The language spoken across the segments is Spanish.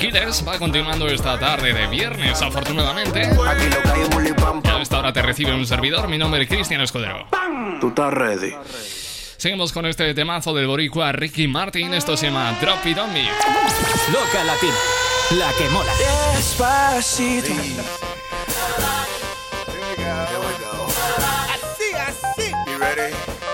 Beatles va continuando esta tarde de viernes, afortunadamente. A esta hora te recibe un servidor, mi nombre es Cristian Escudero. ¿Tú estás ready? Seguimos con este temazo del boricua Ricky Martin. Esto se llama Drop It On Me. Loca Latina, la que mola. Despacito. Así. You ready?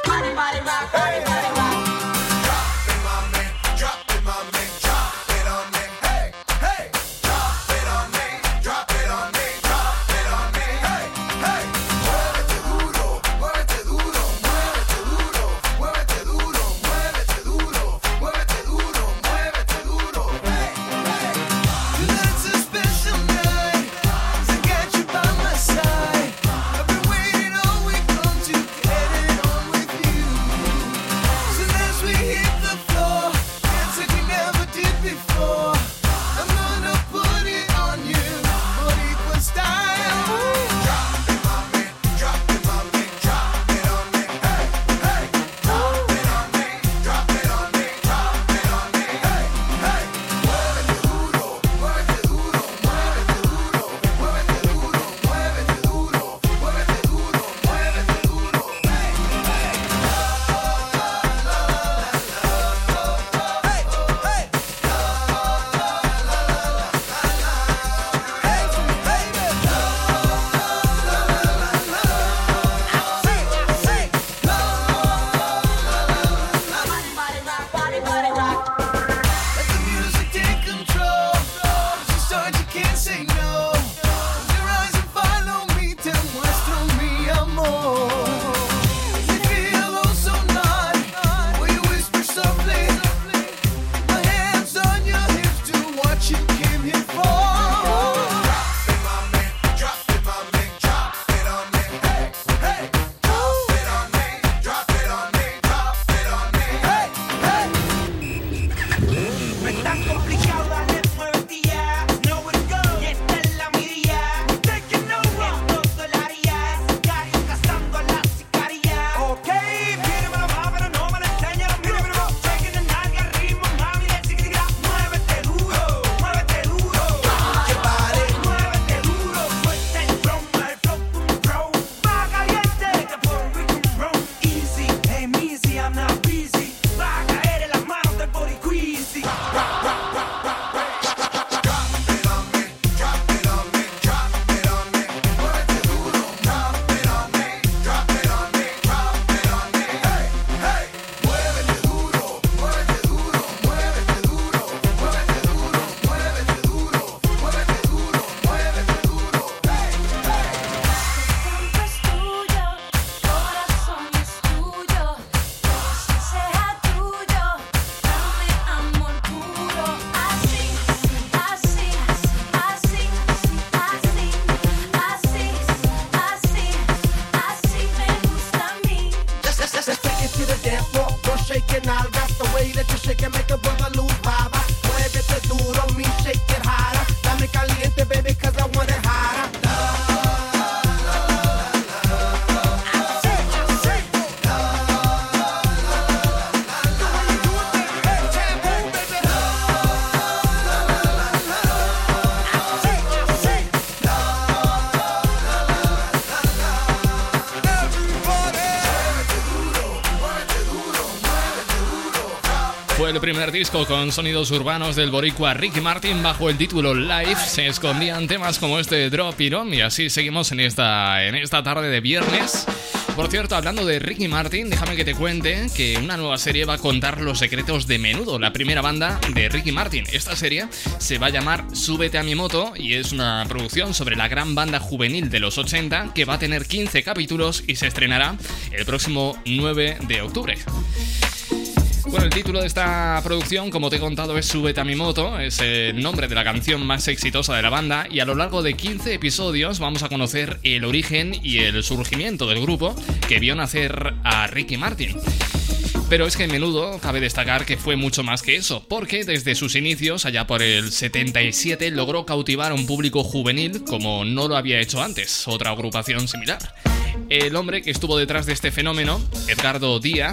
Fue el primer disco con sonidos urbanos del boricua Ricky Martin. Bajo el título Live se escondían temas como este Drop It On. Y así seguimos en esta tarde de viernes. Por cierto, hablando de Ricky Martin, déjame que te cuente que una nueva serie va a contar los secretos de Menudo, la primera banda de Ricky Martin. Esta serie se va a llamar Súbete a mi moto y es una producción sobre la gran banda juvenil de los 80 que va a tener 15 capítulos y se estrenará el próximo 9 de octubre. Bueno, el título de esta producción, como te he contado, es Súbete a mi moto, es el nombre de la canción más exitosa de la banda y a lo largo de 15 episodios vamos a conocer el origen y el surgimiento del grupo que vio nacer a Ricky Martin. Pero es que en Menudo cabe destacar que fue mucho más que eso, porque desde sus inicios, allá por el 77, logró cautivar a un público juvenil como no lo había hecho antes, otra agrupación similar. El hombre que estuvo detrás de este fenómeno, Edgardo Díaz,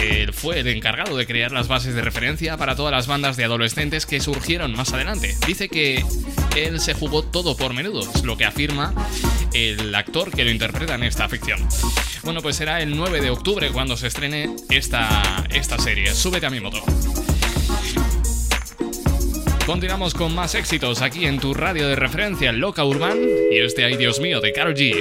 fue el encargado de crear las bases de referencia para todas las bandas de adolescentes que surgieron más adelante. Dice que él se jugó todo por Menudo, es lo que afirma el actor que lo interpreta en esta ficción. Bueno, pues será el 9 de octubre cuando se estrene esta serie. Súbete a mi moto. Continuamos con más éxitos aquí en tu radio de referencia, Loca Urban, y Ay Dios mío de Karol G.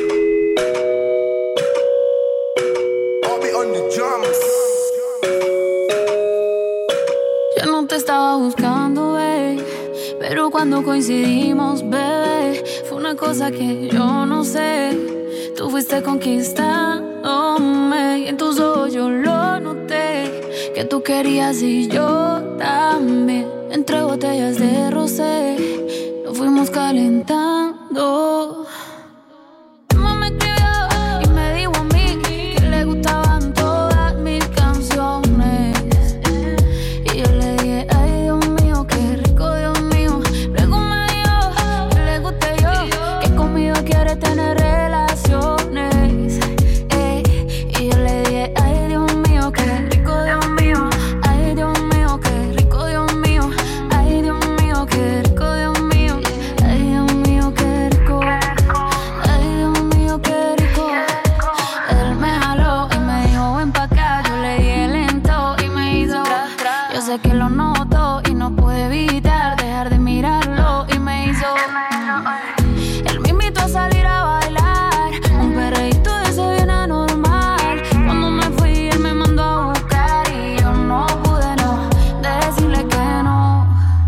Yo no te estaba buscando, babe, pero cuando coincidimos, bebé, fue una cosa que yo no sé. Tú fuiste conquistándome y en tus ojos yo lo noté, que tú querías y yo también. Entre botellas de rosé nos fuimos calentando. Mamá me escribió y me dijo a mí que le gustaban todas mis canciones. Y yo le dije, ay Dios mío, qué rico, Dios mío. Luego me dijo que le guste yo, que conmigo quiere tener relaciones. Y yo le dije, ay Dios mío, qué rico, Dios mío. Ay Dios mío, qué rico, Dios mío. Ay Dios mío, qué rico, Dios mío. Ay Dios mío, qué rico. Ay Dios mío, qué rico. Él me jaló y me dijo ven pa' acá. Yo le dije lento y me hizo. Yo sé que lo noto y no pude evitar dejar de mirarlo y me hizo. Él me invitó a salir a bailar, un perreíto de ese bien anormal. Cuando me fui él me mandó a buscar y yo no pude no decirle que no.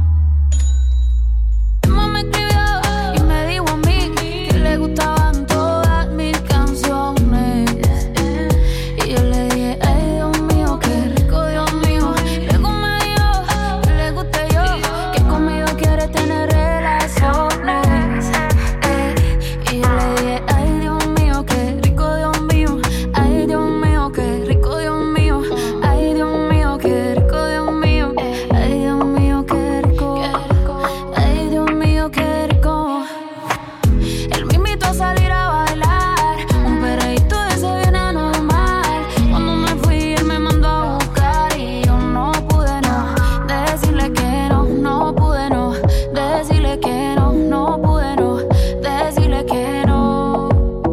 Emma me escribió y me dijo a mí que le gustaban todas mis canciones. Y yo le dije, ay Dios mío, qué rico, Dios mío. Luego me dijo que le guste yo, que conmigo quiere tener relaciones. Y yo le dije, ay Dios mío, qué rico, Dios mío. Ay Dios mío, qué rico, Dios mío. Ay Dios mío, qué rico, Dios mío. Ay Dios mío, qué rico. Ay Dios mío, qué rico. Él me invitó a salir a bailar, un perreíto de ese bien anormal. Cuando me fui él me mandó a buscar y yo no pude no decirle que no, no pude no decirle que no, no pude no decirle que no.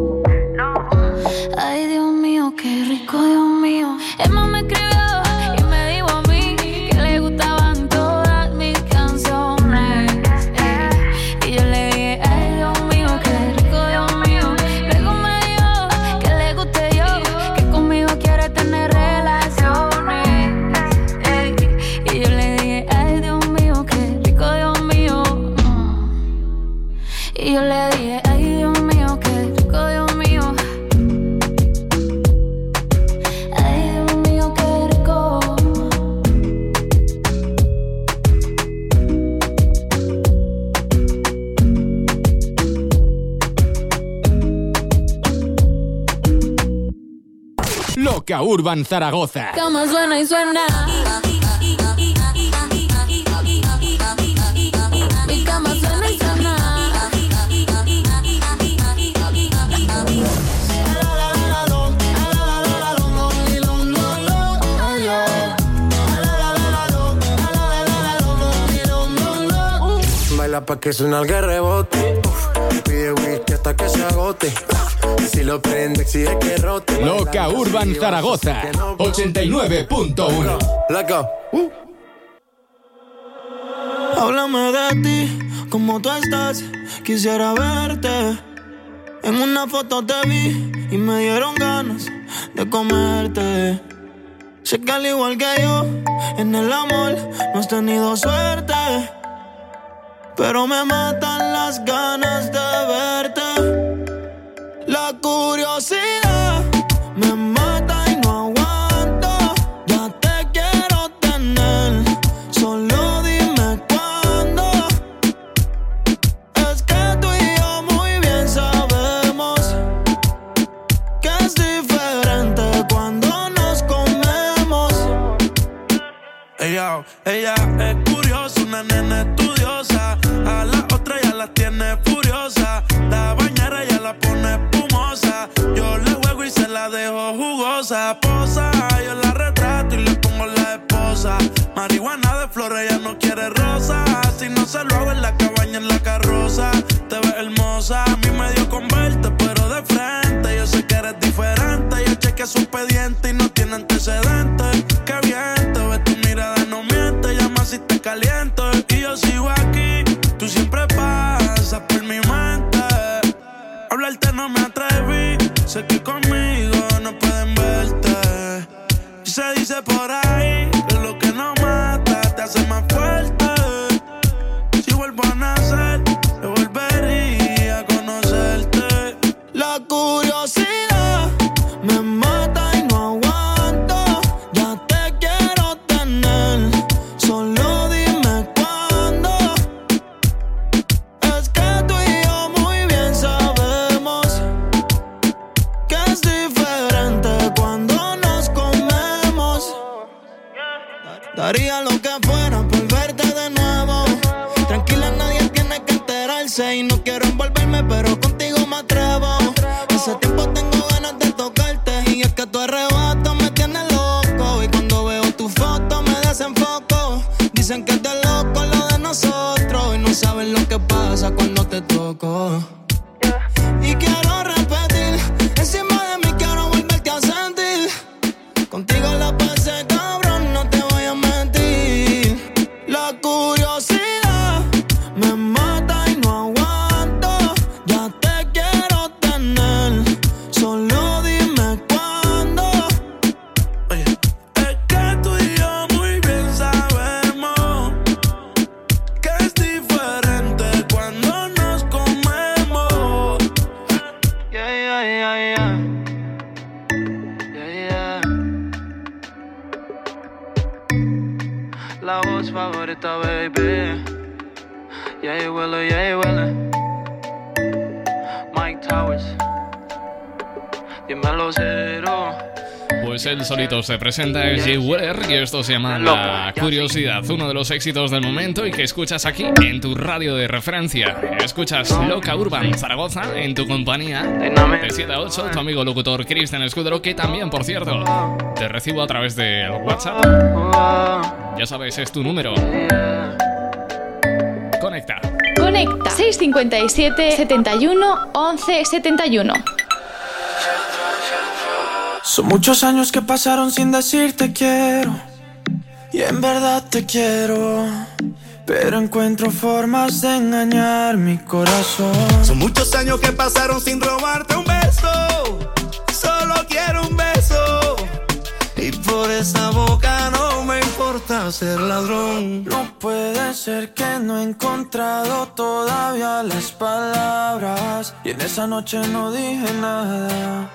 Ay Dios mío, qué rico, Dios mío. Emma me escribió y me dijo a mí que le gustaban todas mis canciones. Y yo le dije, ay Dios mío, qué rico, Dios mío. Luego me dijo que le guste yo, que conmigo quiere tener relaciones. Y yo le dije, ay Dios mío, qué rico, Dios mío. Y yo le dije, ay Dios mío, qué rico, Dios mío. Ay Dios mío, qué rico. Loca Urban Zaragoza. Cama suena y suena. Mi cama suena y suena. Baila pa' que suena el rebote. Pide whisky hasta que se agote. Si lo prende, exige que rote. Loca Urban Zaragoza 89.1. Loco. Háblame de ti, cómo tú estás, quisiera verte. En una foto te vi y me dieron ganas de comerte. Sé que al igual que yo, en el amor no has tenido suerte, pero me matan las ganas de verte. La curiosidad me mata y no aguanto. Ya te quiero tener, solo dime cuándo. Es que tú y yo muy bien sabemos que es diferente cuando nos comemos. Ella es curiosa, una nena estudiosa. A la otra ya la tiene furiosa. La bañera ya la pone espumosa. Yo le juego y se la dejo jugosa. Posa, yo la retrato y tengo la esposa. Marihuana de flores, ella no quiere rosa. Si no se lo hago en la cabaña, en la carroza. Te ves hermosa, a mí me dio con verte, pero de frente. Yo sé que eres diferente. Yo chequeé su expediente y no tiene antecedentes. Qué bien, te ves, tu mirada no miente. Llama si te caliento y yo sigo aquí. Tú siempre pasas por mi mente. Hablarte no me atreví. Sé que conmigo no pueden verte. Y se dice por ahí que lo que no mata te hace más fuerte. Si vuelvo a nacer, yo volvería a conocerte. La curiosidad me mata y no aguanto. Ya te quiero tener, solo dime cuándo. Es que tú y yo muy bien sabemos que es diferente cuando nos comemos. Daría lo que fuera por verte de nuevo. Tranquila, nadie tiene que enterarse. Y no quiero envolverme, pero contigo me atrevo. Hace tiempo tengo ganas de tocarte. Y es que tu arrebato me tiene loco. Y cuando veo tu foto me desenfoco. Dicen que es de loco lo de nosotros. Y no saben lo que pasa cuando te toco. Y quiero repetir, encima de mí quiero volverte a sentir. Contigo la pasé cabrón, no te voy a mentir. La curiosidad me mata y no aguanto. Ya te quiero tener, solo dime cuándo. Oye, es que tú y yo muy bien sabemos que es diferente cuando nos comemos. Yeah, yeah, yeah, yeah. Yeah, yeah. La voz favorita, baby. Yeah, Willie, yeah, Willie. Mike Towers. Dímelo, cero. Pues él solito se presenta, es Jay Weller, y esto se llama La Curiosidad, uno de los éxitos del momento y que escuchas aquí en tu radio de referencia. Escuchas Loca Urban Zaragoza en tu compañía de 7 a 8, tu amigo locutor Cristian Escudero, que también, por cierto, te recibo a través del WhatsApp. Ya sabes, es tu número. Conecta. Conecta 657 71 11 71. Son muchos años que pasaron sin decirte quiero. Y en verdad te quiero. Pero encuentro formas de engañar mi corazón. Son muchos años que pasaron sin robarte un beso. Solo quiero un beso. Y por esa boca no me importa ser ladrón. No puede ser que no he encontrado todavía las palabras. Y en esa noche no dije nada.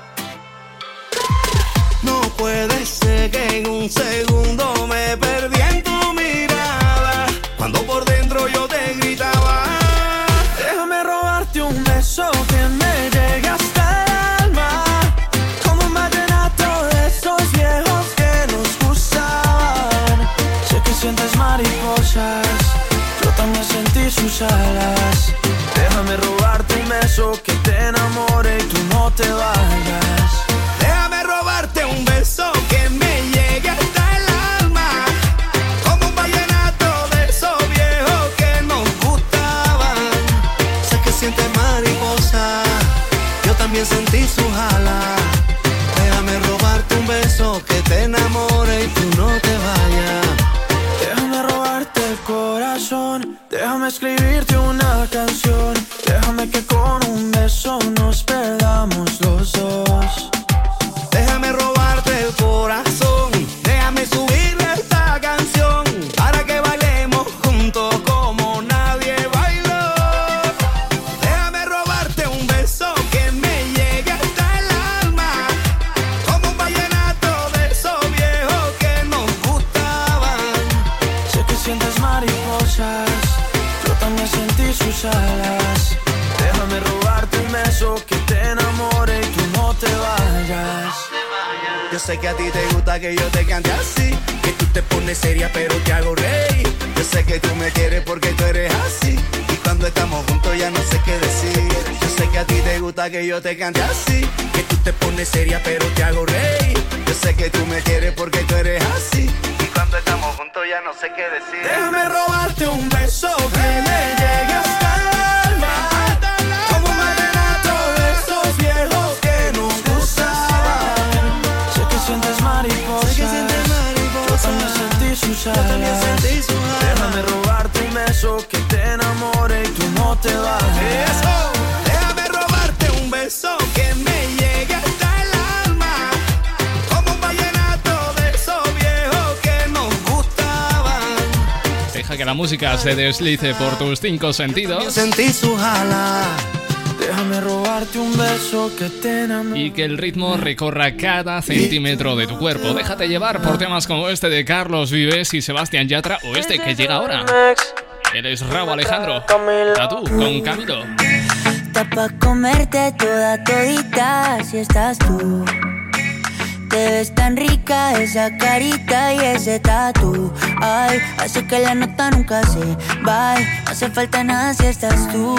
No puede ser que en un segundo me perdí en tu mirada. Cuando por dentro yo te gritaba. Déjame robarte un beso que me llegue hasta el alma. Como un vallenato de esos viejos que nos gustaban. Sé que sientes mariposas, yo también sentí sus alas. Déjame robarte un beso que te enamore y tú no te vayas. Déjame robarte un beso que me llegue hasta el alma. Como un vallenato de esos viejos que nos gustaban. Sé que sientes mariposa, yo también sentí sus alas. Déjame robarte un beso que te enamore y tú no te vayas. Déjame robarte el corazón, déjame escribirte una canción. Déjame que con un beso nos perdamos los dos. Déjame robarte el corazón, déjame subirle esta canción para que bailemos juntos como nadie bailó. Déjame robarte un beso que me llegue hasta el alma, como un vallenato de esos viejos que nos gustaban. Sé que sientes mariposas, yo también sentí sus alas. Déjame robarte un beso que te enamore y tú no te vayas. Yo sé que a ti te gusta que yo te cante así, que tú te pones seria pero te hago reír. Yo sé que tú me quieres porque tú eres así, y cuando estamos juntos ya no sé qué decir. Yo sé que a ti te gusta que yo te cante así, que tú te pones seria pero te hago reír. Yo sé que tú me quieres porque tú eres así, ya no sé qué decir. Déjame robarte un beso que me llegue hasta el alma, como un vallenato de esos viejos que nos gustaban. Sé que sientes mariposas, yo también sentí sus alas. Déjame robarte un beso que te enamore y tú no te bajes. Déjame robarte un beso que me llegue hasta el alma, como un vallenato de esos viejos que nos gustaban. Deja que la música se deslice por tus 5 sentidos. Sentí su jala. Déjame robarte un beso que te enamore. Y que el ritmo recorra cada centímetro de tu cuerpo. Déjate llevar por temas como este de Carlos Vives y Sebastián Yatra, o este que llega ahora. Él es Rauw Alejandro. Tatú con Camilo. Está pa' comerte toda todita si estás tú. Te ves tan rica esa carita y ese tatú. Ay, hace que la nota nunca se va. No hace falta nada si estás tú.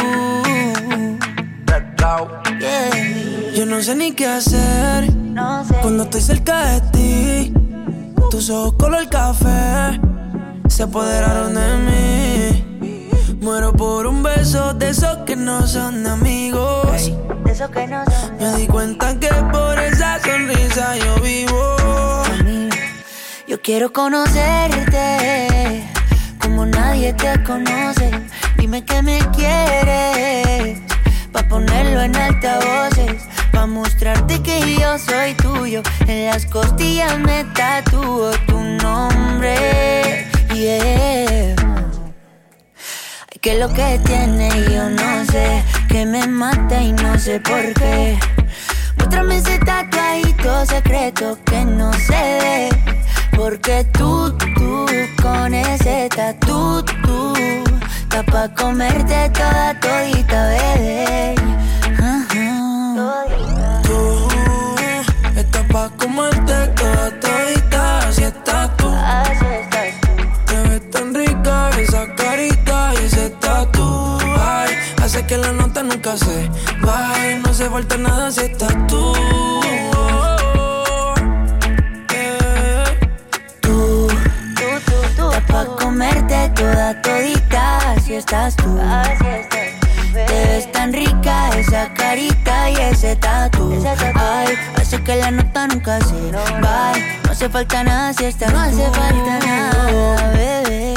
Yeah. Yo no sé ni qué hacer cuando estoy cerca de ti. Tus ojos color café se apoderaron de mí. Muero por un beso de esos que no son amigos. De esos que no son. Me di cuenta que por esa sonrisa yo vivo. Yo quiero conocerte como nadie te conoce. Dime que me quieres, pa' ponerlo en altavoces, pa' mostrarte que yo soy tuyo. En las costillas me tatúo tu nombre, yeah. Ay, que lo que tiene yo no sé, que me mata y no sé por qué. Muéstrame ese tatuadito secreto que no se ve, porque tú, con ese tatú, está pa' comerte toda todita, bebé. Tú estás pa' comerte toda todita, así estás tú. Te ves tan rica esa carita y ese tatú. Ay, hace que la nota nunca se baje. No hace falta nada si estás tú. Pa' comerte toda todita, así estás tú. Te ves tan rica esa carita y ese tatú. Ay, hace que la nota nunca se va. No hace falta nada si estás tú. No hace falta nada, bebé.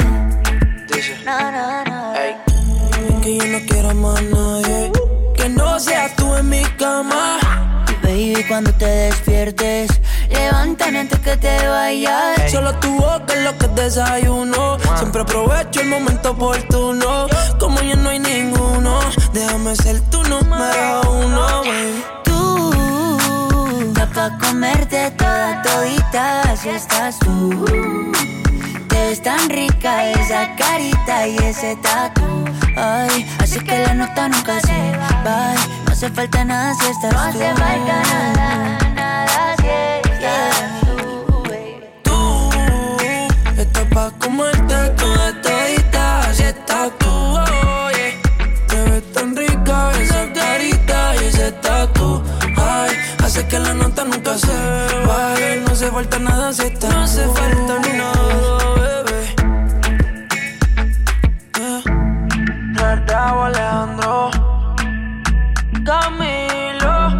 No. Ey, que yo no quiero más nadie que no seas tú en mi cama. Baby, cuando te despiertes, levántame antes que te vayas. Solo tu boca es lo que desayuno. Siempre aprovecho el momento oportuno. Como ya no hay ninguno, déjame ser tu número uno, baby. Tú, está pa' comerte toda todita, si estás tú. Te ves tan rica esa carita y ese tatú. Ay, así que la nota nunca se va. No hace falta nada si estás tú. No hace falta nada si estás tú. Tú estás pa' comerte toda todita, si estás tú. Oh, yeah. Te ves tan rica esa carita y ese tatú. Ay, hace que la nota nunca se va. No hace falta nada si estás tú. No hace falta nada, bebé. Rauw Alejandro, Camilo.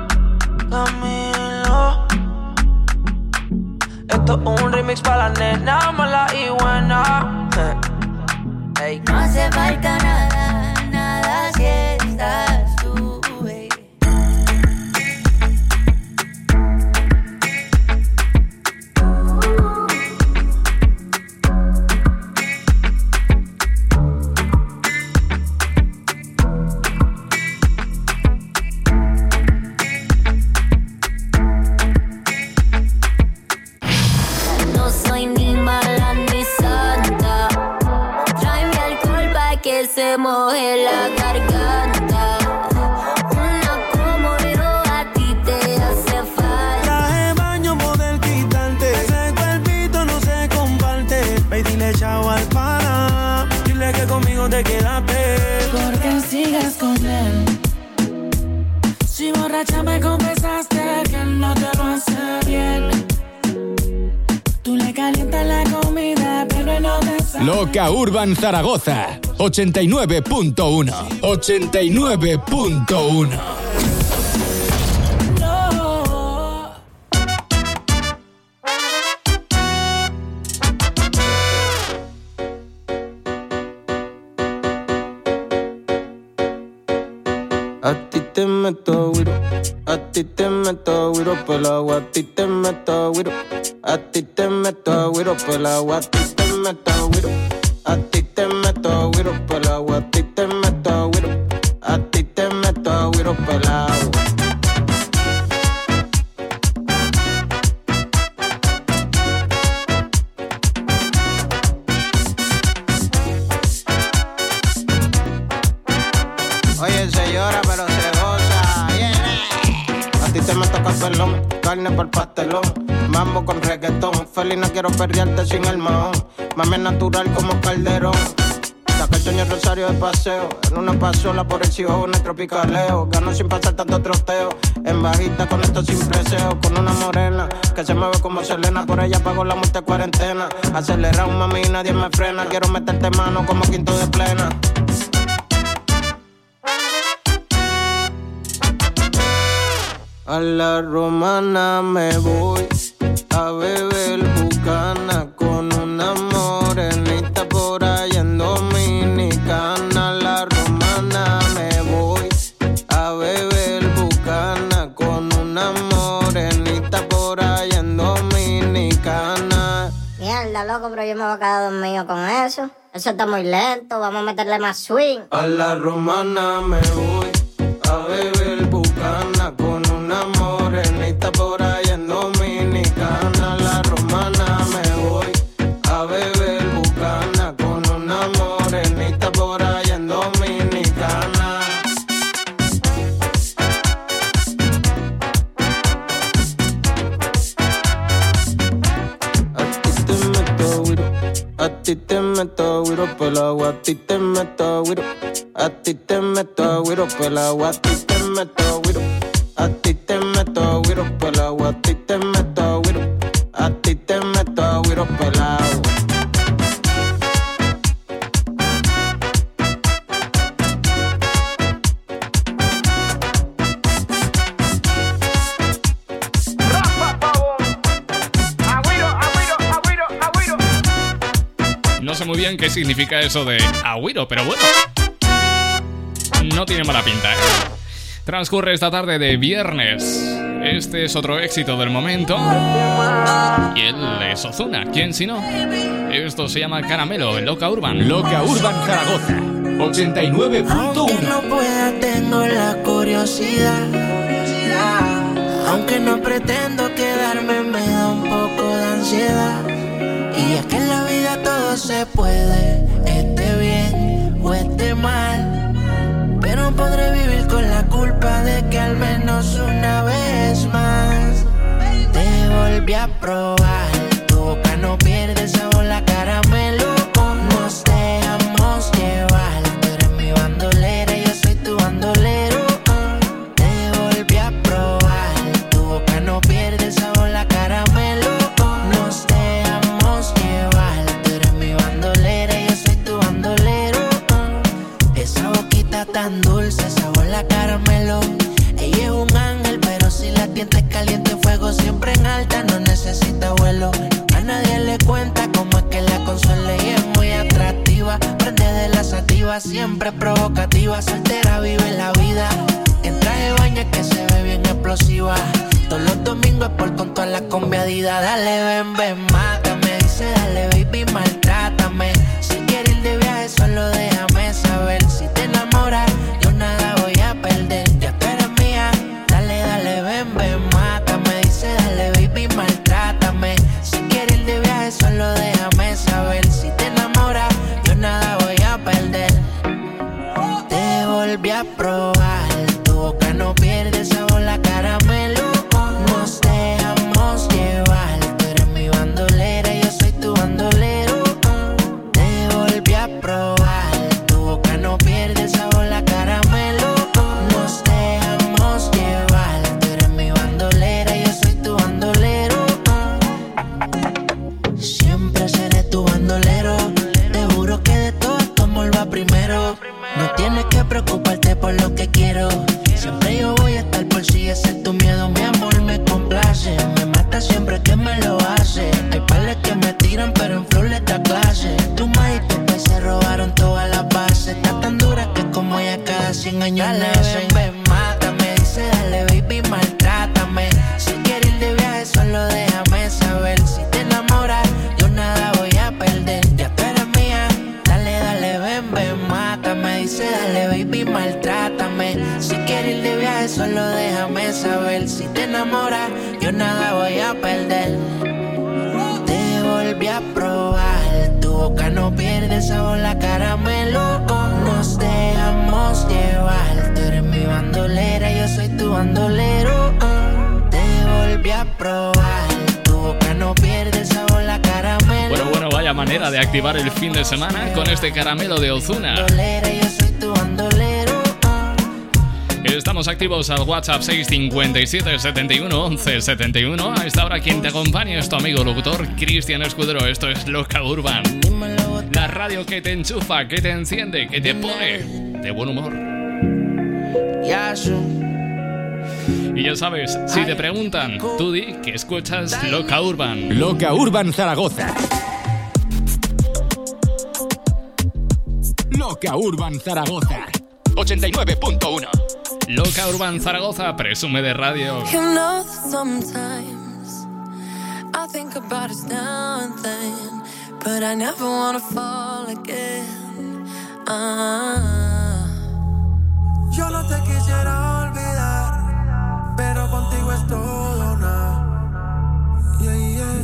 Esto es un remix para la nena mala y buena. Hey. No hace falta nada si estás tú, baby. Se moje la garganta. Una como yo a ti te hace falta. Traje baño poder quitarte. Ese cuerpito no se comparte. Ve y dile chao al pana. Dile que conmigo te quedaste. Porque sigues con él. Si borracha me confesaste que él no te lo hace bien. Tú le calientas la comida, pero Loca Urban Zaragoza 89.1. 89.1. A ti te meto güiro, a ti te meto güiro por el agua, a ti te meto güiro, a ti te meto güiro por el agua, a ti te meto güiro, a ti te meto güiro por el agua, a ti te meto güiro, a ti te meto güiro por el agua. Oye, se llora pero se goza, yeah. A ti te meto capelón, carne por pastelón, mambo con reggaetón. Feliz no quiero perrearte sin el mahón, mami natural como Calderón. Saca el Toño Rosario de paseo, en una pasola por el Sijón, el tropicaleo. Gano sin pasar tanto troteo, en bajita con esto sin preseo. Con una morena que se mueve como Selena, por ella pago la muerte cuarentena. Acelera un mami y nadie me frena, quiero meterte mano como quinto de plena. A la romana me voy a beber bucana con una morenita por ahí en Dominicana. A la romana me voy a beber bucana con una morenita por ahí en Dominicana. Mierda, loco, pero yo me voy a quedar dormido con eso. Eso está muy lento, vamos a meterle más swing. A la romana me voy a beber bucana con una morenita por ahí en Dominicana. La romana me voy a beber bucana con una morenita por ahí en Dominicana. A ti te meto güiro, a ti te meto güiro por el agua, a ti te meto güiro. A ti te meto güiro por el agua, a ti te meto güiro. A ti te meto güiro por el agua, a ti te meto güiro. A ti te meto güiro por el agua. No sé muy bien qué significa eso de agüiro, pero bueno, no tiene mala pinta, ¿eh? Transcurre esta tarde de viernes. Este es otro éxito del momento. Y él es Ozuna, ¿quién si no? Esto se llama Caramelo, en Loca Urban. Loca Urban Zaragoza 89.1. Aunque no pueda, tengo la curiosidad. Aunque no pretendo quedarme, me da un poco de ansiedad. Y es que en la vida todo se puede, esté bien o esté mal. Pero podré vivir con la culpa de que al menos una vez más te volví a probar. Tu boca no pierde sabor, la caramelo. Nos dejamos llevar. Tú eres mi bandolera y yo soy tu bandolero. Te volví a probar. Tu boca no pierde sabor, la caramelo. Nos dejamos llevar. Tú eres mi bandolera y yo soy tu bandolero. Esa boquita tan dulce, sabor la caramelo. Ella es un ángel, pero si la tientes caliente, fuego siempre en alta, no necesita vuelo. A nadie le cuenta cómo es que la consuela y es muy atractiva. Prende de la sativa, siempre provocativa. Soltera, vive la vida. En traje de baño que se ve bien explosiva. Todos los domingos es por con toda la conviadida. Dale, ven, ven, mátame. Dice, dale, baby, maltrátame. Si quieres ir de viaje, solo déjame saber. Si te enamoras, yo nada voy a perder. Ya tú eres mía. Dale, dale, ven, ven, mátame. Dice, dale, baby, maltrátame. Si quieres ir de viaje, solo déjame saber. Si te enamoras, yo nada voy a perder. Te volví a probar. Tu boca no pierde sabor, la caramelo. Nos dejamos llevar. Tú eres mi bandolera y yo soy tu bandolero. Te volví a probar. Tu boca no pierde yo nada voy a perder. Te volví a probar, tu boca no pierde sabor, la caramelo. Nos dejamos llevar, tú eres mi bandolera, yo soy tu bandolero. Te volví a probar, tu boca no pierde sabor, la caramelo. Bueno, vaya manera de activar el fin de semana con este caramelo de Ozuna. Yo soy tu bandolero. Estamos activos al WhatsApp 657 71 11 71. A esta hora quien te acompaña es tu amigo locutor Cristian Escudero. Esto es Loca Urban, la radio que te enchufa, que te enciende, que te pone de buen humor. Y ya sabes, si te preguntan, tú di que escuchas Loca Urban. Loca Urban Zaragoza. Loca Urban Zaragoza 89.1. Loca Urban Zaragoza presume de radio. You know that sometimes I think about us now and then, but I never wanna fall again. Yo no te quisiera olvidar, pero contigo es todo nada. Yeah, yeah.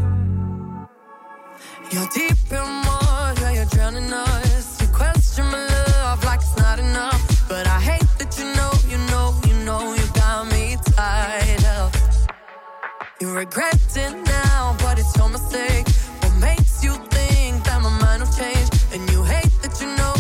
You're deep in water, you're drowning us. You question my love like it's not enough, but I hate that you know you got me tied up. You regret it now, but it's your mistake. What makes you think that my mind will change? And you hate that you know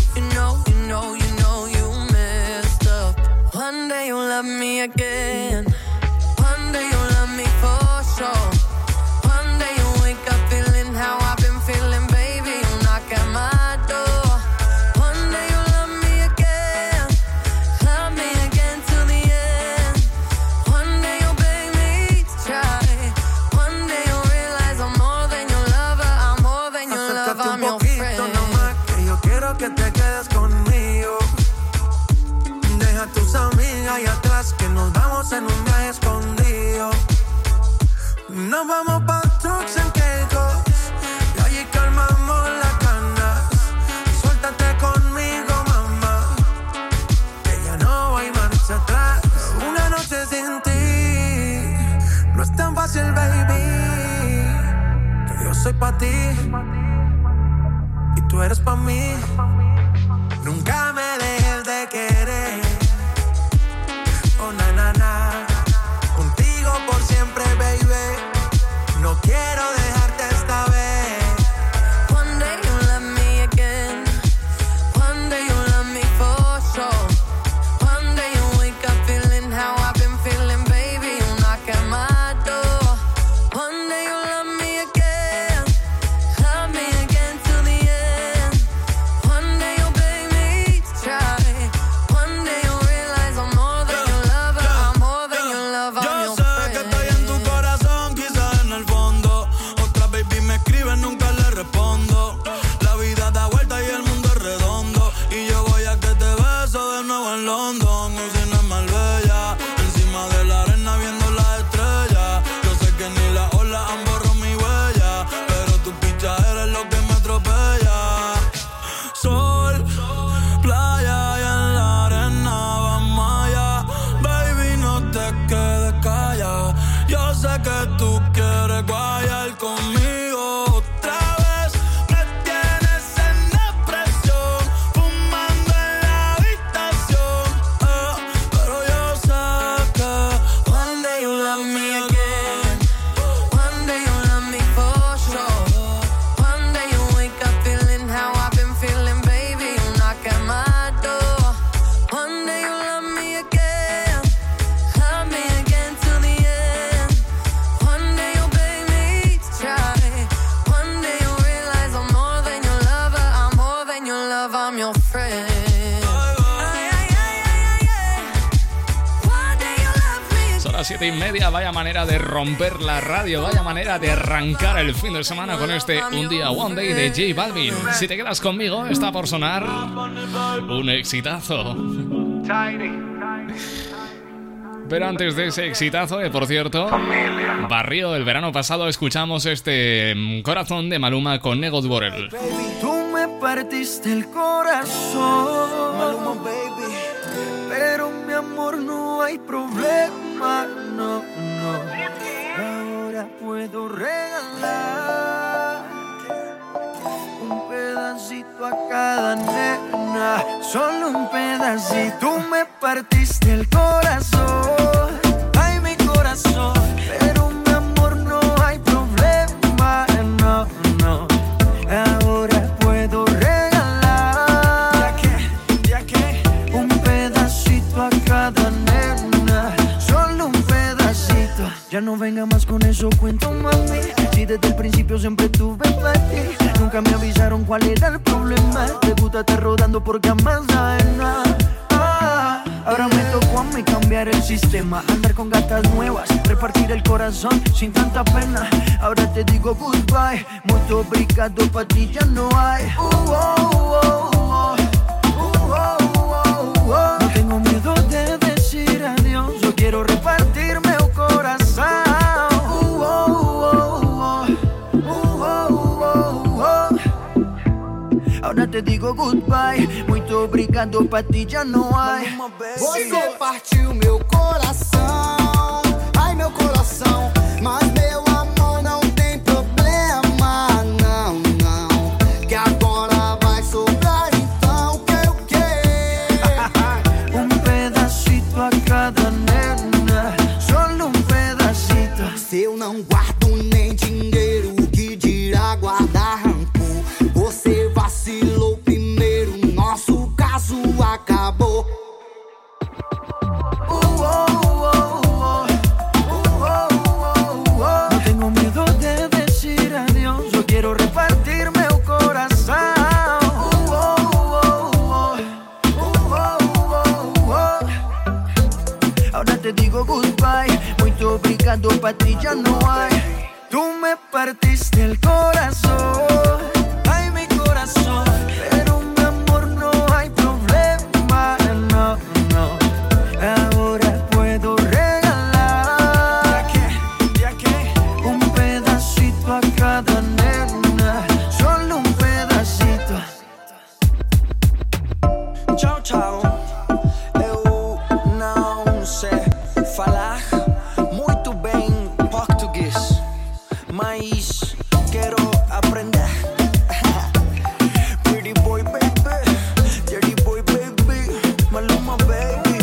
you messed up. One day you'll love me again. One day you'll love me for sure. One day you'll wake up feeling how I've been feeling, baby. You'll knock at my door. One day you'll love me again till the end. One day you'll beg me to try. One day you'll realize I'm more than your lover. I'm more than your lover. I'm your friend. Nomás que yo quiero que te quedes conmigo. Deja tus amigas ahí atrás, que nos vamos en un viaje escondido. Nos vamos pa' trucks en Caicos y allí calmamos las ganas. Suéltate conmigo, mamá, que ya no hay marcha atrás. Una noche sin ti no es tan fácil, baby, que yo soy pa' ti y tú eres pa' mí. Nunca me dejes de querer. Oh, na, na, na. Contigo por siempre, baby. No quiero dejarte esta vez. One day you'll love me again. One day you'll love me for sure. One day you'll wake up feeling how I've been feeling, baby. You'll knock at my door. One day you'll love me again till the end. One day you'll beg me to try. One day you'll realize I'm more than your lover. I'm more than your lover. I'm your friend. Que estoy en tu corazón, quizás en el fondo. Otra baby me escribe, nunca le respondo. La vida da vuelta y el mundo es redondo. Y yo voy a que te beso de nuevo en London. Usina es Marbella, encima de la arena viendo las estrellas. Yo sé que ni las olas han borrado mi huella, pero tu picha eres lo que me atropella. Sol, playa y en la arena vamos allá. Baby, no te quedes callada. Yo sé que tú quieres guayar conmigo otra vez. Me tienes en depresión, fumando en la habitación. Pero yo sé que One day you'll love me again. One day you'll love me for sure. One day you'll wake up feeling how I've been feeling, baby. You'll knock at my door. One day you'll love me again till the end. One day you'll beg me to try. One day you'll realize I'm more than your lover. I'm more than your lover. I'm your friend. One day you'll love me Son las 7:30. Vaya manera de romper la radio. Vaya manera de arrancar el fin de semana con este Un Día One Day de J Balvin. Si te quedas conmigo, está por sonar un exitazo. Pero antes de ese exitazo, por cierto, Barrio, el verano pasado escuchamos este Corazón de Maluma con Nego Dworel. Tú me partiste el corazón, Maluma, baby. Pero mi amor, no hay problema, no, no. puedo regalar un pedacito a cada nena, solo un pedacito. Tú me partiste el corazón, ay mi corazón, pero mi amor no hay problema, no, no. Ahora puedo regalar, ya que un pedacito a cada nena, solo un pedacito. Ya no venga más con eso, cuento mami, si desde el principio siempre tuve para ti. Nunca me avisaron cuál era el problema. Te gusta estar rodando por camas ajenas. Ahora me tocó a mí cambiar el sistema, andar con gatas nuevas, repartir el corazón sin tanta pena. Ahora te digo goodbye, muito obrigado, pa' ti ya no hay. No tengo miedo de decir adiós, yo quiero repartirme el corazón. Ahora te digo goodbye, muito obrigado, pa' ti já não há. Você partiu meu coração, ai meu coração, mas meu amor não tem problema, não, não, que agora vai sobrar então, o que? Pedacito a cada nena, solo pedacito. Se eu não guardo nem dinheiro, que dirá guardar rancor? Você vacilou primeiro, nosso caso acabou. No tengo miedo de decir adiós, yo quiero repartirme el corazón. Ahora te digo goodbye, muito obrigado, pa' ti ya no hay. Tú me partiste el corazón, ay mi corazón, pero mi amor no hay problema, no, no. Ahora puedo regalar, ya que un pedacito a cada nena, solo un pedacito. Tchau, tchau. Eu não sei falar muito bem português, mas quero aprender. Pretty boy baby, dirty boy baby, Maluma baby.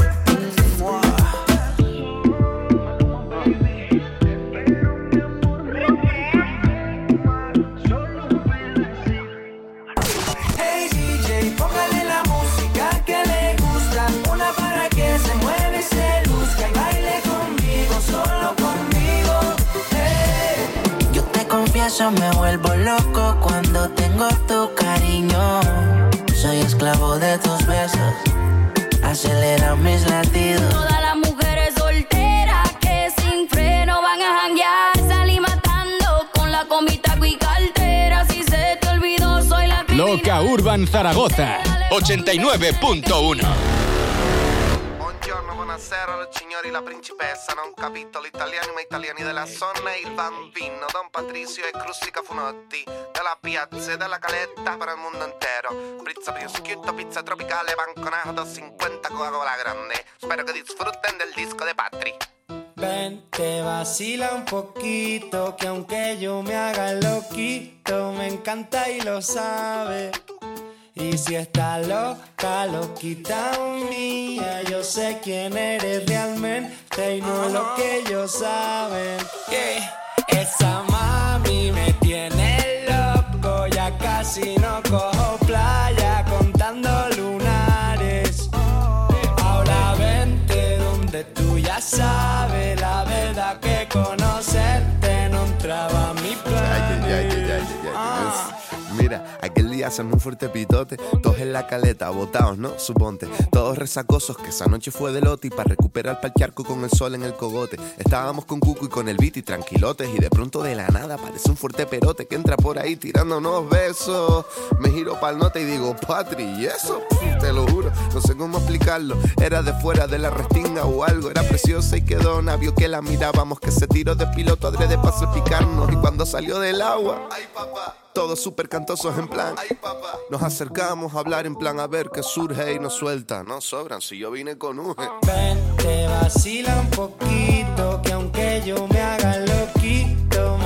Hey DJ, póngale la música que le gusta, una para que se mueve y se luzca y baile conmigo, solo conmigo. Hey. Yo te confieso, me vuelvo loco cuando tengo tu cariño. Soy esclavo de tus besos, acelera mis latidos. Todas las mujeres solteras que sin freno van a janguear, salí matando con la comita y cartera. Si se te olvidó, soy la criminal. Loca Urban Zaragoza 89.1. Buongiorno, buonasera, los signori, la principessa. Non capito l'italiano, ma italiani della zona e il bambino Don Patricio e Crustica Funotti. Della piazza e della caletta per il mondo intero. Pizza prosciutto, pizza tropicale, banconato 50 Coca-Cola grande. Spero que disfruten del disco de Patri. Ven, te vacila un poquito, que aunque yo me haga loquito, me encanta y lo sabe. Y si está loca, loquita mía, yo sé quién eres realmente y no lo que ellos saben. Esa mami me tiene loco, ya casi no cojo playa contando lunares. Ahora vente donde tú ya sabes, la verdad que conocerte no entraba a mi plan. Mira, aquel día hacen un fuerte pitote, todos en la caleta, botados, ¿no? Suponte, todos resacosos, que esa noche fue de lote y para recuperar pa'l charco con el sol en el cogote. Estábamos con Cuco y con el Viti tranquilotes y de pronto de la nada aparece un fuerte perote que entra por ahí tirando unos besos. Me giro pa'l nota y digo, Patri, ¿y eso? Te lo juro, no sé cómo explicarlo. Era de fuera de la restinga o algo, era preciosa y quedó navio que la mirábamos, que se tiró de piloto adrede pa' salpicarnos. Y cuando salió del agua, ay papá, todos súper cantosos en plan, ay papá, nos acercamos a hablar en plan a ver qué surge y nos suelta. No sobran, si yo vine con Uge. Ven, te vacila un poquito, que aunque yo me haga loquito,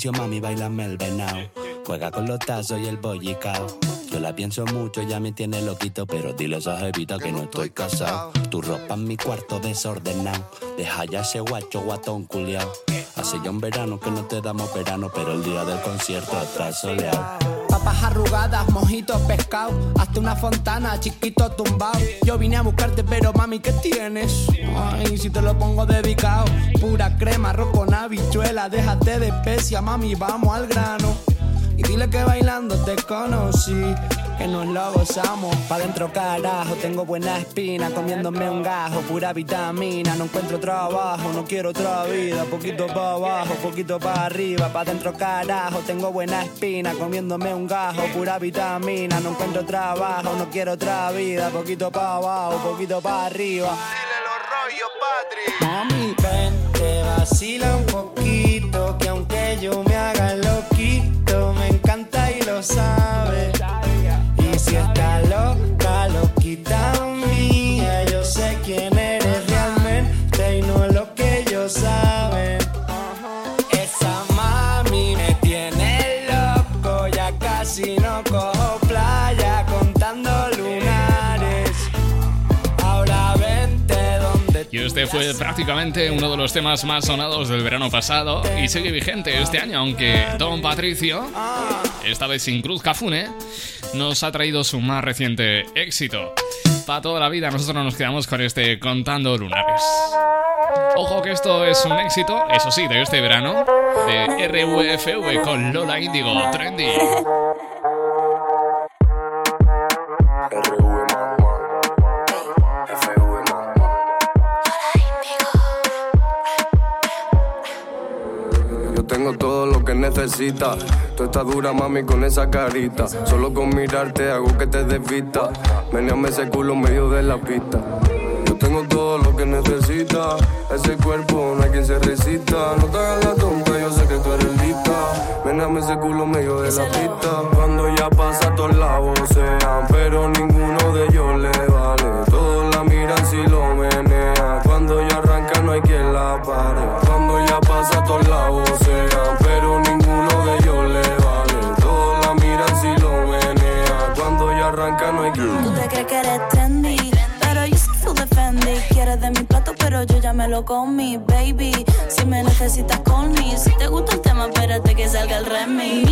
vicio, mami, bailame el venao. Juega con los tazos y el bollicao. Yo la pienso mucho, ella me tiene loquito, pero dile a esa jevita que no estoy casado. Tu ropa en mi cuarto desordenado. Deja ya ese guatón culiao. Hace ya un verano que no te damos verano, pero el día del concierto está soleado. Papas arrugadas, mojitos, pescado. Hazte una fontana, chiquito tumbao. Yo vine a buscarte, pero mami, ¿qué tienes? Ay, si te lo pongo dedicado. Pura crema, arroz con habichuela. Déjate de especia, mami, vamos al grano. Y dile que bailando te conocí, que nos lo gozamos. Pa' dentro carajo, tengo buena espina. Comiéndome un gajo, pura vitamina. No encuentro trabajo, no quiero otra vida. Poquito pa' abajo, poquito pa' arriba. Pa' dentro carajo, tengo buena espina. Comiéndome un gajo, pura vitamina. No encuentro trabajo, no quiero otra vida. Poquito pa' abajo, poquito pa' arriba. Dile los rollos, Patri. Mami, ven, te vacila un poquito, que aunque yo me haga loquito, me encanta y lo sabe. Y si está loca, loquita mía, yo sé quién eres realmente y no lo que ellos saben. Esa mami me tiene loco, ya casi no cojo playa contando lunares. Ahora vente donde Y este fue prácticamente uno de los temas más sonados del verano pasado y sigue vigente este año, aunque Don Patricio, esta vez sin Cruz Cafune, nos ha traído su más reciente éxito. Para toda la vida nosotros nos quedamos con este Contando Lunares. Ojo que esto es un éxito, eso sí, de este verano, de RUFV con Lola Índigo, Trendy. Tengo todo lo que necesitas. Tú estás dura, mami, con esa carita. Solo con mirarte hago que te desvista. Meneame ese culo en medio de la pista. Yo tengo todo lo que necesitas. Ese cuerpo no hay quien se resista. No te hagas la tonta, yo sé que tú eres lista. Meneame ese culo en medio de la pista. Cuando ya pasa todos la vocean, pero ninguno de ellos le vale. Todos la miran si lo menea. Cuando ya arranca no hay quien la pare. Cuando ya pasa todos la vocean, pero ninguno de ellos le vale. Todos la miran si lo menea. Cuando ya arranca no hay quien. Tú te crees que eres trendy, pero yo soy full defendí. Quieres de mi plato, pero yo ya me lo comí, baby. Si me necesitas, call me. Si te gusta el tema, espérate que salga el remix.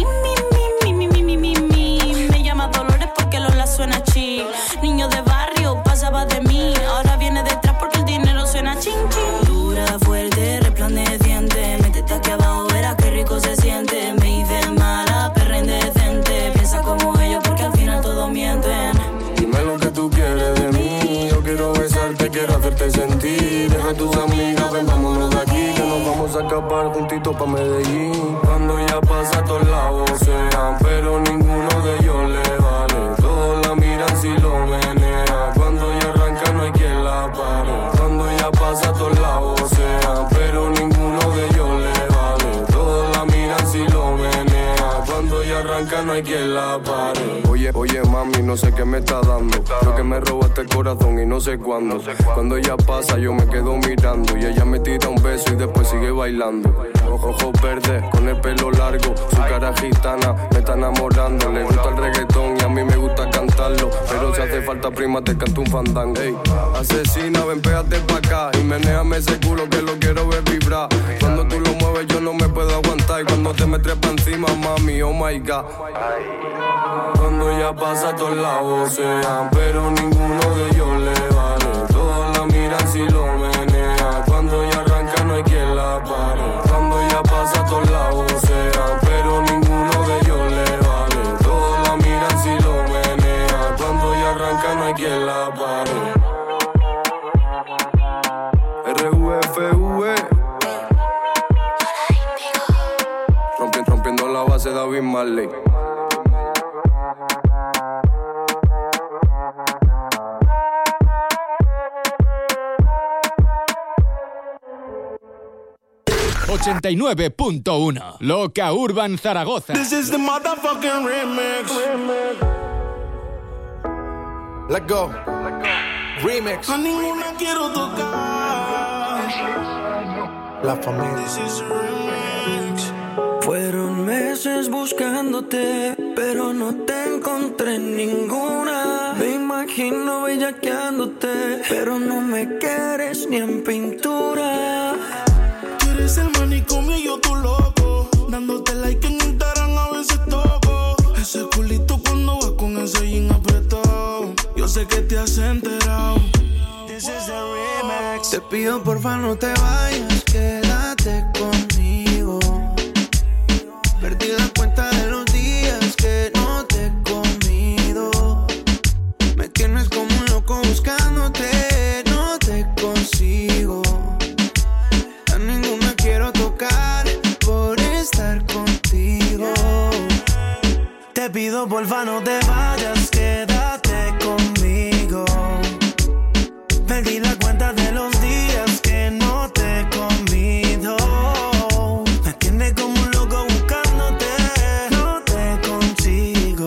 Me llama Dolores porque Lola suena chill. Niño de barrio, pasaba de mí. Ahora viene detrás porque el dinero suena ching ching. Dura, fuerte, resplandeciente. Métete aquí abajo, verás qué rico se siente. Me hice mala, perra indecente. Piensa como ellos porque al final todos mienten. Dime lo que tú quieres de mí. Yo quiero besarte, quiero hacerte sentir. Deja a tus amigas, ven, vámonos de aquí. Que nos vamos a escapar juntitos pa' Medellín. Cuando ya pasa todos la vocean, pero ninguno de ellos le vale. Todos la miran si lo menea. Cuando ya arranca no hay quien la pare. Cuando ya pasa todos la vocean, pero ninguno de ellos le vale. Todos la miran si lo menea. Cuando ya arranca no hay quien la pare. Oye mami, no sé qué me está dando. Creo que me robaste el corazón y no sé cuándo. Cuando ella pasa yo me quedo mirando. Y ella me tira un beso y después sigue bailando. Ojos verdes con el pelo largo. Su cara gitana me está enamorando. Le gusta el reggaetón y a mí me gusta cantarlo. Pero si hace falta prima te canto un fandango. Ey, asesina, ven pégate pa' acá. Y menéame ese culo que lo quiero ver vibrar. Cuando tú lo mueves yo no me puedo aguantar. Y cuando te me trepa encima mami, oh my god. Cuando ya pasa todos la vocean, pero ninguno de ellos le vale. Todos la miran si lo menea. Cuando ya arranca no hay quien la pare. Cuando ya pasa todos la vocean, pero ninguno de ellos le vale. Todos la miran si lo menea. Cuando ya arranca no hay quien la pare. RUFV rompiendo la base de David Marley. ...89.1... Loca Urban Zaragoza. This is the motherfucking remix. Let go. Remix. A ninguna quiero tocar. La familia. This is a remix. Fueron meses buscándote, pero no te encontré ninguna. Me imagino bellaqueándote, pero no me quieres ni en pintura. Tú eres el manicomio y yo tu loco, dándote like en Instagram a veces toco. Ese culito cuando vas con ese jean apretado, yo sé que te has enterado. This is the remix. Te pido porfa no te vayas, quédate conmigo. Perdí la cuenta de los días que no te he comido. Me tienes como un loco buscándote, no te consigo. A ninguna quiero tocar por estar contigo. Te pido porfa no te vayas, quédate conmigo. Perdí la cuenta de los días que no te he comido. Me tienes como un loco buscándote, no te consigo.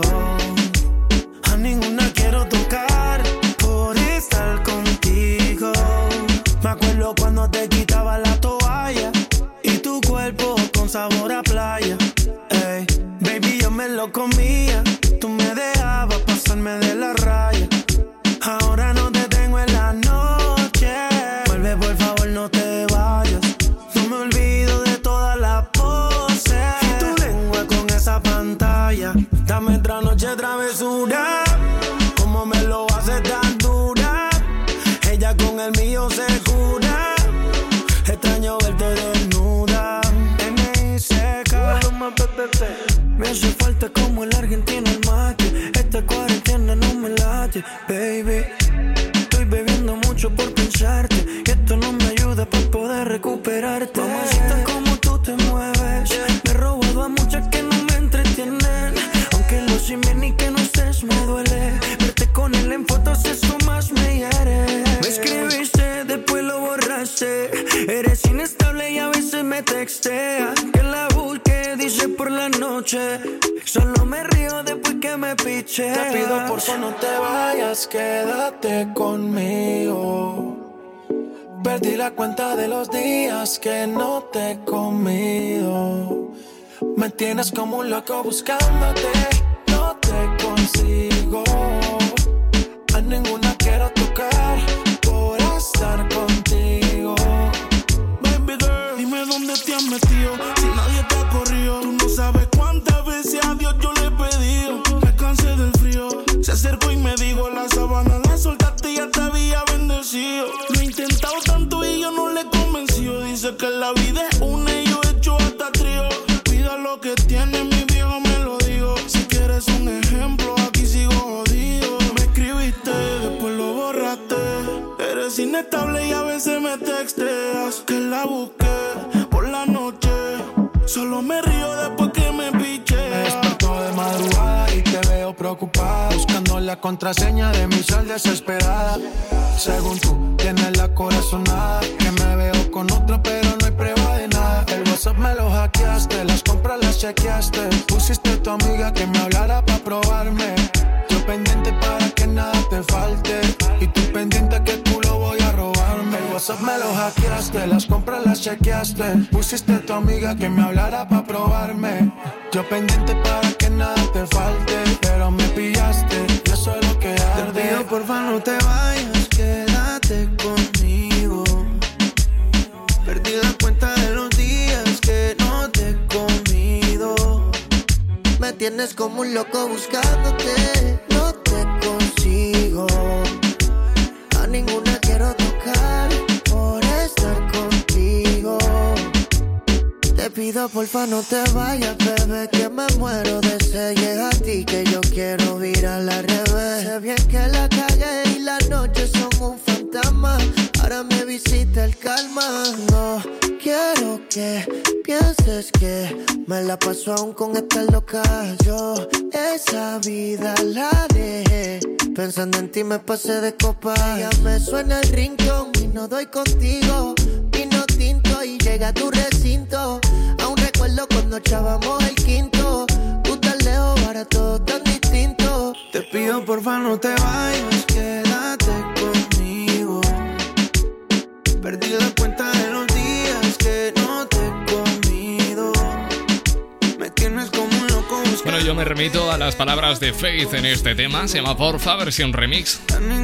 A ninguna quiero tocar por estar contigo. Me acuerdo cuando te quitaba la toalla y tu cuerpo con sabor a playa. Ey, baby, yo me lo comía, tú me dejabas pasarme de la raya. Ahora no te tengo en la noche. Vuelve, por favor, no te vayas. No me olvido de todas las poses y tu lengua con esa pantalla. Dame otra noche travesura, como me lo hace tan dura. Ella con el mío se cura. Extraño verte desnuda. M.I.C.K. Me hace falta como el argentino el mate. Esta cuarentena no me late, baby. Estoy bebiendo mucho por pensarte y esto no me ayuda para poder recuperarte. Mamacita, como tú te mueves, me he robado a muchas que no me entretienen. Aunque lo sin bien y que no estés me duele. Verte con él en fotos eso más me hiere. Me escribiste, después lo borraste. Eres inestable y a veces me texteas. Que la busque, dice por la noche. Solo me río después que me piche. Te pido por favor no te vayas, quédate conmigo. Perdí la cuenta de los días que no te he comido. Me tienes como un loco buscándote, no te consigo. A ninguna quiero tocar por estar contigo. Baby girl, dime dónde te has metido, si nadie te ha corrido. Tú no sabes cuántas veces a Dios yo le he pedido. Me cansé del frío, se acercó y me dijo la sabana la soltaste y ya te había bendecido. Lo he intentado tanto y yo no le he convencido. Dice que la vida es una y yo he hecho hasta trío. Pida lo que tiene mi viejo me lo digo. Si quieres un ejemplo aquí sigo jodido. Me escribiste, después lo borraste. Eres inestable y a veces me texteas. Que la busqué por la noche, solo me río después que me piche. Me despertó de madrugada y te veo preocupada, buscando la contraseña de mi sal desesperada. Según tú, tienes la corazonada, que me veo con otra pero no hay prueba de nada. El WhatsApp me lo hackeaste, las compras las chequeaste. Pusiste a tu amiga que me hablara pa' probarme. Yo pendiente para que nada te falte, y tú pendiente que tú lo voy a robarme. El WhatsApp me lo hackeaste, las compras las chequeaste. Pusiste a tu amiga que me hablara pa' probarme. Yo pendiente para que nada te falte, pero me pillaste y eso es lo que arde. Te pido porfa no te vayas, quédate conmigo. Perdí la cuenta de los días que no te he comido. Me tienes como un loco buscándote, no te consigo. A ninguna quiero tocar por estar contigo. Te pido porfa no te vayas, bebé, que me muero de sed. Llega a ti que yo quiero virar al revés. Sé bien que la cagué y las noches son un fantasma. Ahora me visita el calma. No quiero que pienses que me la paso aún con esta loca. Yo esa vida la dejé, pensando en ti me pasé de copa. Ya me suena el ringtone y no doy contigo. Vino tinto y llega a tu recinto. Aún recuerdo cuando echábamos el quinto. Tú tan lejos, ahora todo tan distinto. Te pido porfa no te vayas, quédate conmigo. Perdí la cuenta de los días que no te he comido. me remito a las palabras de Faith en este tema. Se llama Porfa, versión remix.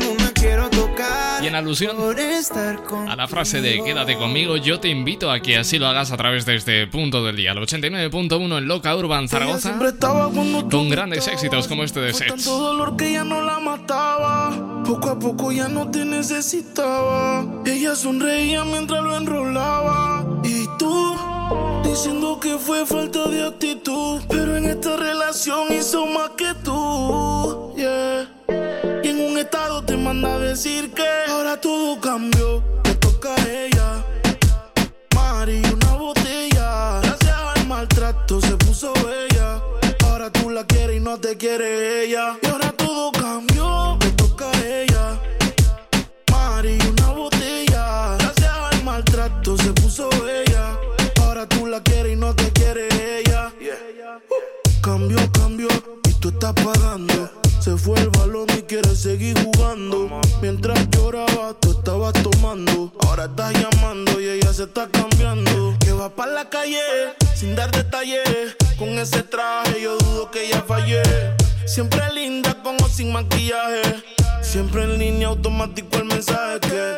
Y en alusión a la frase de quédate conmigo, yo te invito a que así lo hagas a través de este punto del día, el 89.1 en Loca Urban Zaragoza, con grandes éxitos como este de Sets. Tanto dolor que ya no la mataba, poco a poco ya no te necesitaba. Ella sonreía mientras lo enrolaba. Y tú, diciendo que fue falta de actitud, pero en esta relación hizo más que tú, yeah. Y en un estado te manda a decir que ahora todo cambió, te toca a ella. Mari, una botella, gracias al maltrato se puso bella. Ahora tú la quieres y no te quiere ella. Y ahora todo cambió, te toca a ella. Mari, una botella, gracias al maltrato se puso bella. Ahora tú la quieres y no te quiere ella. Cambió, y tú estás pagando. Se fue el balón y quiere seguir jugando. Mientras lloraba, tú estabas tomando. Ahora estás llamando y ella se está cambiando. Que va pa' la calle, sin dar detalles. Con ese traje yo dudo que ella fallé. Siempre linda con o sin maquillaje. Siempre en línea automático el mensaje que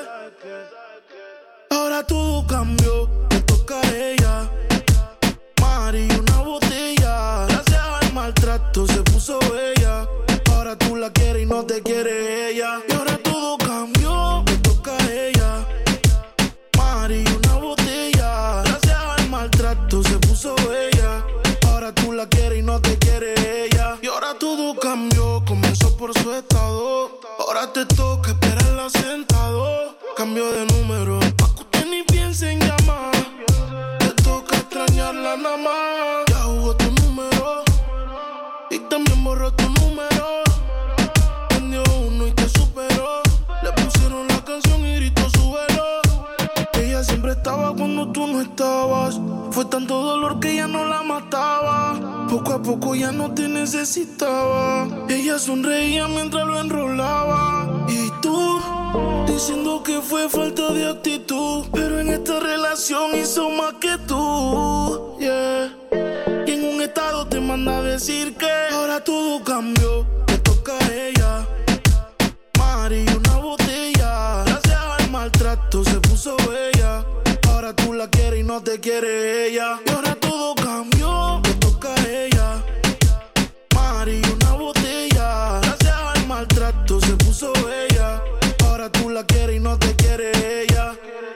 ahora todo cambió, te toca a ella. Mari, una botella, gracias al maltrato se puso bella. Ahora tú la quieres y no te quiere ella. Y ahora todo cambió, te toca a ella. Mari, una botella, gracias al maltrato se puso bella. Ahora tú la quieres y no te quiere ella. Y ahora todo cambió, comenzó por su estado. Ahora te toca esperarla sentado. Cambio de número, pa' que usted ni piense en llamar. Te toca extrañarla nada más. Ya jugó tu número y también borró tu número. Prendió uno y te superó. Le pusieron la canción y gritó súbelo. Ella siempre estaba cuando tú no estabas. Fue tanto dolor que ya no la mataba. Poco a poco ya no te necesitaba. Ella sonreía mientras lo enrolaba. Y tú, diciendo que fue falta de actitud, pero en esta relación hizo más que tú, yeah. Y en un estado te manda a decir que ahora todo cambió, te toca a ella. Mari, una botella, gracias al maltrato se puso bella. Ahora tú la quieres y no te quiere ella. Y ahora todo cambió, te toca a ella. Mari, una botella, gracias al maltrato se puso bella. Ahora tú la quieres y no te quiere ella.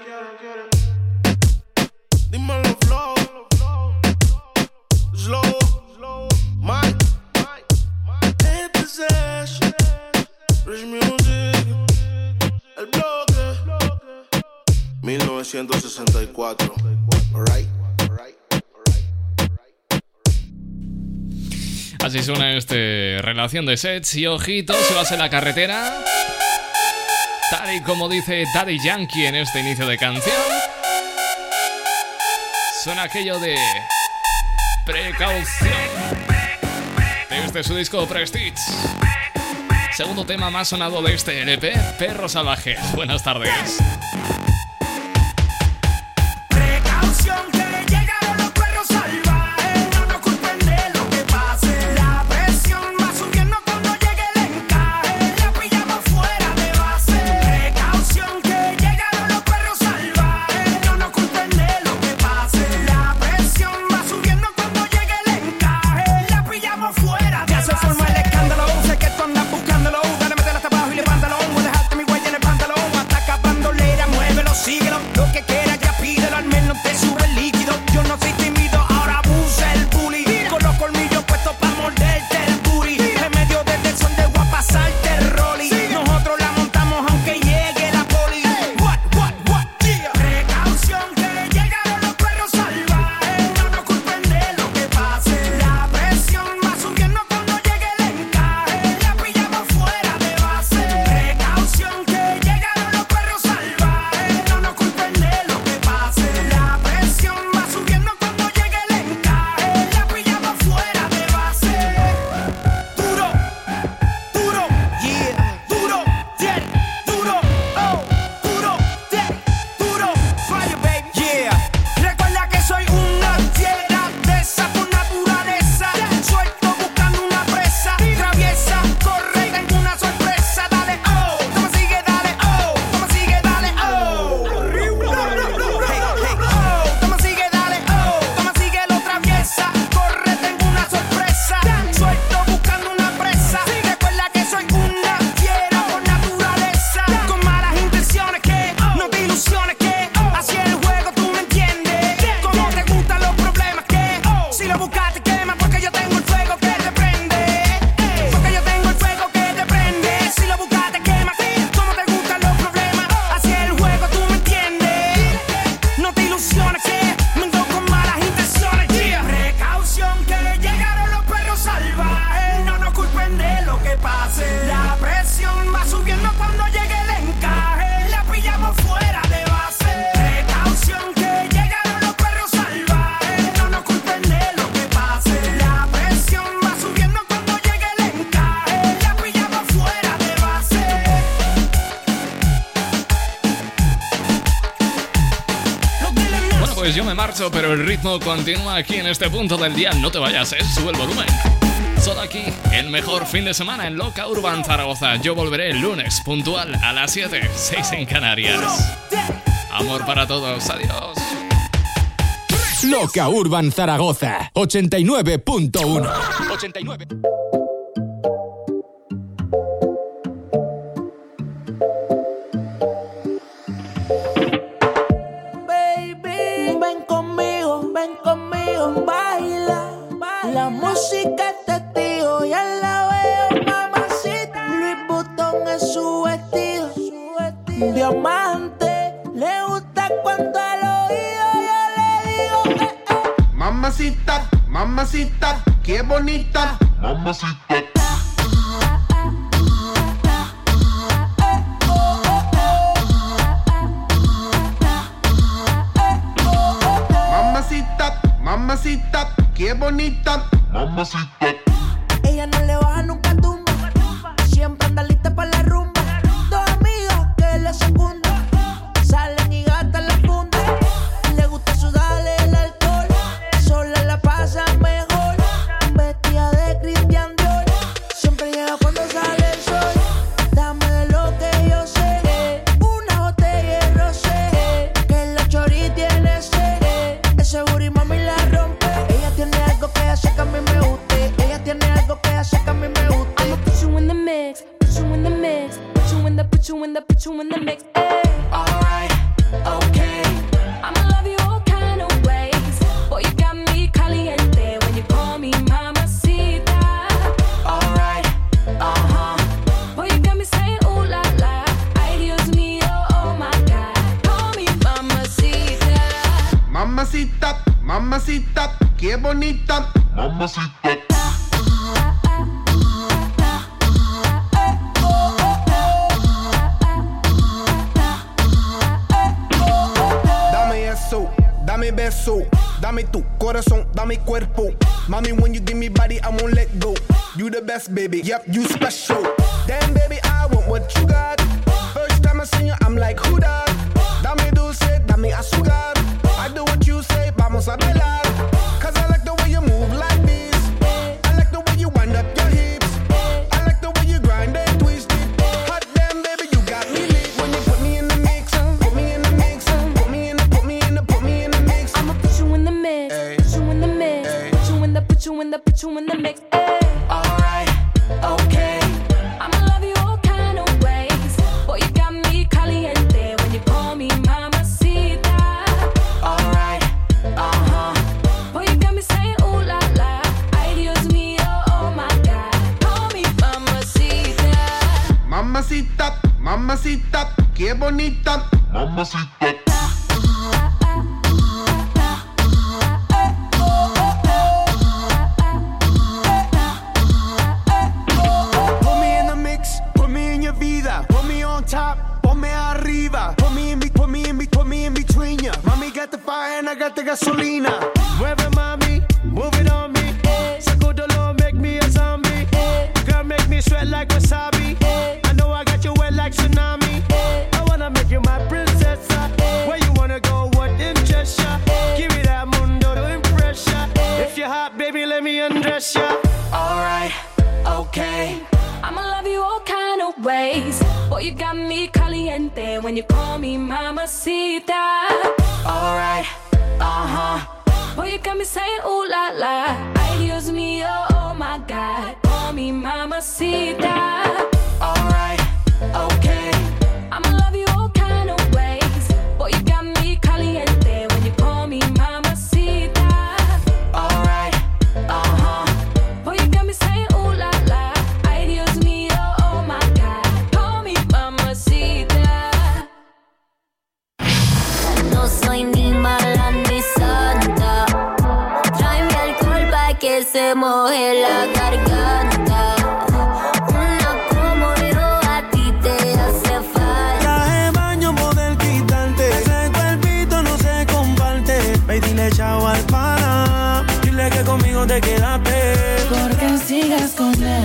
Dímelo flow, slow, Mike, este es Ash, Rich Music, el bloque, 1964, alright. Así suena relación de Sets y ojito, si vas en la carretera, tal y como dice Daddy Yankee en este inicio de canción, suena aquello de precaución desde su disco Prestige. Segundo tema más sonado de este LP, Perros Salvajes. Buenas tardes. Precaución que llegaron los perros salvajes. No nos culpen de lo que pase. La presión va subiendo cuando llegue el encaje. La pillamos fuera de base. Precaución que llegaron los perros salvajes. No nos culpen de lo que pase. La presión va subiendo cuando llegue el encaje. La pillamos fuera de base. Ya se forma el escándalo. Sé que tú andas buscándolo. Dale, métela hasta abajo y levántalo. Voy a dejarte mi huella en el pantalón. Ataca bandolera, muévelo, síguelo. Lo que quieras ya pídelo, al menos te sube el líquido. Yo no soy tímido, ahora abusa el bully. Con los colmillos puestos pa' morderte el booty. En medio del sol de guapa pasarte el rolly. Nosotros la montamos aunque llegue la poli. What, yeah. Precaución que llegaron los perros salvajes. No nos culpen de lo que pase. La presión va subiendo cuando llegue el que pase. La presión va subiendo cuando llegue el encaje. La pillamos fuera de base. Precaución que llegaron los perros salvajes. No nos culpen de lo que pase. La presión va subiendo cuando llegue el encaje. La pillamos fuera de base. Bueno, pues yo me marcho, pero el ritmo continúa aquí en este punto del día. No te vayas, sube el volumen. Solo aquí, el mejor fin de semana en Loca Urban Zaragoza. Yo volveré el lunes, puntual a las 7, 6 en Canarias. Amor para todos, adiós. Loca Urban Zaragoza 89.1. 89. Baby, ven conmigo, baila. La música es testigo, ya la veo, mamacita. Louis Vuitton es su vestido, diamante. Le gusta cuando al oído yo le digo Mamacita, mamacita, qué bonita. Mamacita. Mamacita, mamacita, qué bonita. Mamacita. Ella no le baja nunca tumba. Siempre anda lista para la rumba. Dos amigas que le secundan. Salen y gastan la funda. Le gusta sudarle el alcohol. Sola la pasa mejor. Vestida de Christian Dior. Siempre llega cuando sale el sol. Dame de lo que yo sé. Una botella de rosé. Que la chori tiene sed. Ese booty mami la rompe. Ella tiene algo que hace que a mí me guste. Ella tiene algo que hace que a mí me guste. I'ma put you in the mix, put you in the mix, put you in the, put you in the, put you in the mix. Ay. Alright, okay. I'ma love you all kind of ways. Boy, you got me caliente when you call me mamacita. Alright, Boy, you got me saying ooh la la. Ay, Dios mío, oh my God. Call me mamacita. Mamacita, mamacita, qué bonita. Mamacita. Dame eso, dame beso, dame tu corazón, dame cuerpo. Mami, when you give me body, I won't let go. You the best, baby, yep, you special. Damn, baby, I want what you got. First time I see you, I'm like, who that? Dame dulce, dame azúcar. I do what you say, vamos a bailar. Cause I like the way you move like this. I like the way you wind up your hips. I like the way you grind and twist it. Hot damn, baby, you got me lit. When you put me in the mix, put me in the mix, put me in the, put me in the, put me in the mix. I'ma put you in the mix, put you in the mix, put you in the, put you in the, put you in the mix. Ay. alright, okay. I'ma love you all kind of ways. Boy, you got me caliente when you call me mamacita. Alright, Boy, you got me saying ooh la la. Ay, Dios mío, oh my God. Call me mamacita. Mamacita, mamacita, qué bonita. Mamacita. Put me in the mix, put me in your vida. Put me on top, ponme arriba. Put me in, put me in, put me in between ya. Mami got the fire and I got the gasolina. Mueve mami, move it on me. Sacudolo, make me a zombie. Girl, make me sweat like wasabi. I know I got you wet like tsunami. I wanna make you my princess. Where you wanna go, what interests ya? Give me that mundo to impress ya. If you're hot, baby, let me undress ya. alright, okay. I'ma love you all kind of ways. Boy, you got me caliente when you call me mamacita. Alright, Boy, you got me saying ooh la la. Ay, Dios mío, oh my God. Call me mamacita.